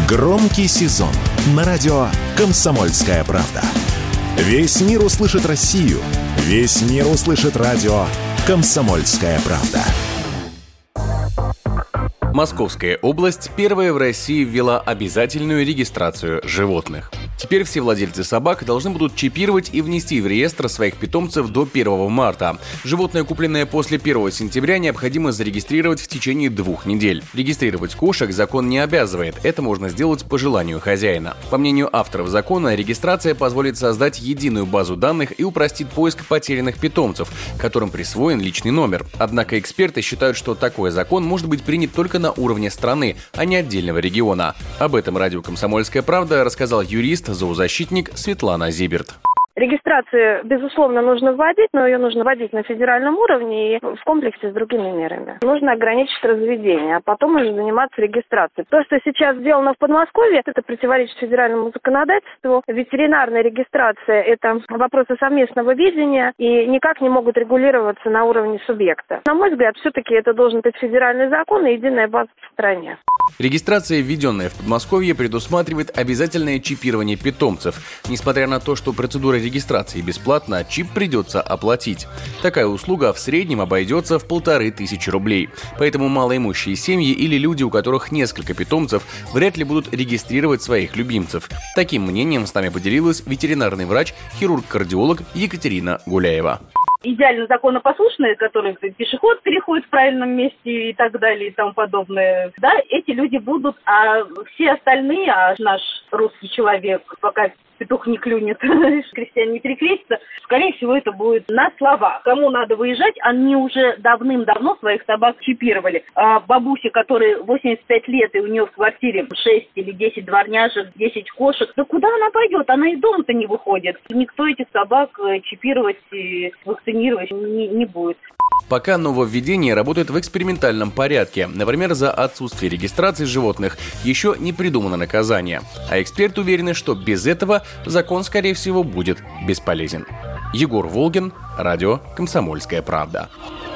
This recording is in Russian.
Громкий сезон на радио «Комсомольская правда». Весь мир услышит Россию. Весь мир услышит радио «Комсомольская правда». Московская область первая в России ввела обязательную регистрацию животных. Теперь все владельцы собак должны будут чипировать и внести в реестр своих питомцев до 1 марта. Животное, купленное после 1 сентября, необходимо зарегистрировать в течение 2 недель. Регистрировать кошек закон не обязывает, это можно сделать по желанию хозяина. По мнению авторов закона, регистрация позволит создать единую базу данных и упростит поиск потерянных питомцев, которым присвоен личный номер. Однако эксперты считают, что такой закон может быть принят только на уровне страны, а не отдельного региона. Об этом радио «Комсомольская правда» рассказал юрист, зоозащитник Светлана Зиберт. Регистрацию, безусловно, нужно вводить, но ее нужно вводить на федеральном уровне и в комплексе с другими мерами. Нужно ограничить разведение, а потом уже заниматься регистрацией. То, что сейчас сделано в Подмосковье, это противоречит федеральному законодательству. Ветеринарная регистрация – это вопросы совместного ведения и никак не могут регулироваться на уровне субъекта. На мой взгляд, все-таки это должен быть федеральный закон и единая база в стране. Регистрация, введенная в Подмосковье, предусматривает обязательное чипирование питомцев. Несмотря на то, что процедура регистрации бесплатна, чип придется оплатить. Такая услуга в среднем обойдется в 1500 рублей. Поэтому малоимущие семьи или люди, у которых несколько питомцев, вряд ли будут регистрировать своих любимцев. Таким мнением с нами поделилась ветеринарный врач, хирург-кардиолог Екатерина Гуляева. Идеально законопослушные, которые пешеход переходит в правильном месте и так далее и тому подобное, да, эти люди будут, а все остальные, а наш русский человек, пока петух не клюнет, крестьяне не перекрестятся, скорее всего, это будет на слова. Кому надо выезжать, они уже давным-давно своих собак чипировали. А бабусе, которой 85 лет, и у нее в квартире 6 или 10 дворняжек, 10 кошек, да куда она пойдет? Она и дома-то не выходит. Никто этих собак чипировать и вакцинировать не будет. Пока нововведение работает в экспериментальном порядке. Например, за отсутствие регистрации животных еще не придумано наказание. А эксперты уверены, что без этого закон, скорее всего, будет бесполезен. Егор Волгин, радио «Комсомольская правда».